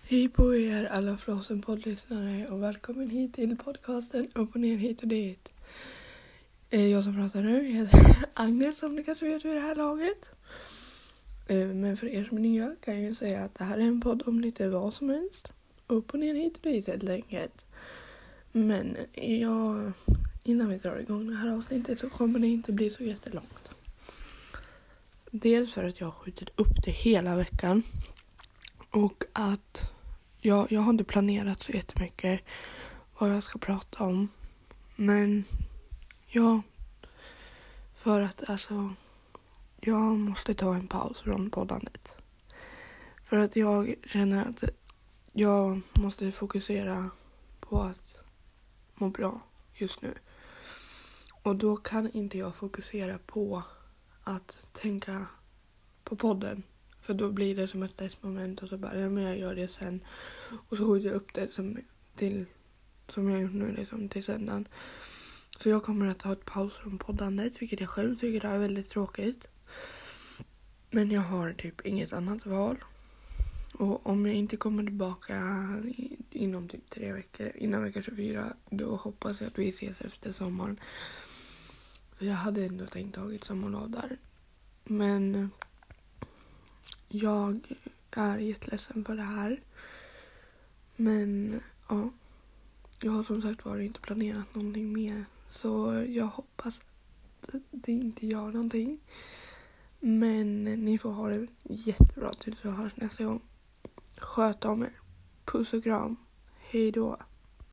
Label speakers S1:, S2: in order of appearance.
S1: Hej på er alla Flossenpodd-lyssnare och välkommen hit till podcasten Upp och ner hit och dit. Jag som pratar nu heter Agnes, som ni kanske vet vid det här laget. Men för er som är nya kan jag säga att det här är en podd om lite vad som helst. Upp och ner hit och dit helt enkelt. Men innan vi drar igång det här avsnittet så kommer det inte bli så jättelångt. Dels för att jag har skjutit upp det hela veckan. Och att jag har inte planerat så jättemycket vad jag ska prata om. Men för att jag måste ta en paus från poddandet. För att jag känner att jag måste fokusera på att må bra just nu. Och då kan inte jag fokusera på att tänka på podden. För då blir det som ett stressmoment och så bara, men jag gör det sen. Och så skjuter jag upp det som jag gjort nu liksom, till söndagen. Så jag kommer att ta ett paus från poddandet, vilket jag själv tycker är väldigt tråkigt. Men jag har typ inget annat val. Och om jag inte kommer tillbaka inom typ 3 veckor, innan vecka 24, då hoppas jag att vi ses efter sommaren. För jag hade ändå tänkt tagit sommarlov där. Men jag är jätteledsen för det här. Men ja, jag har som sagt inte planerat någonting mer. Så jag hoppas att det inte gör någonting. Men ni får ha det jättebra tills vi hörs nästa gång. Sköt om er. Puss och kram. Hej då.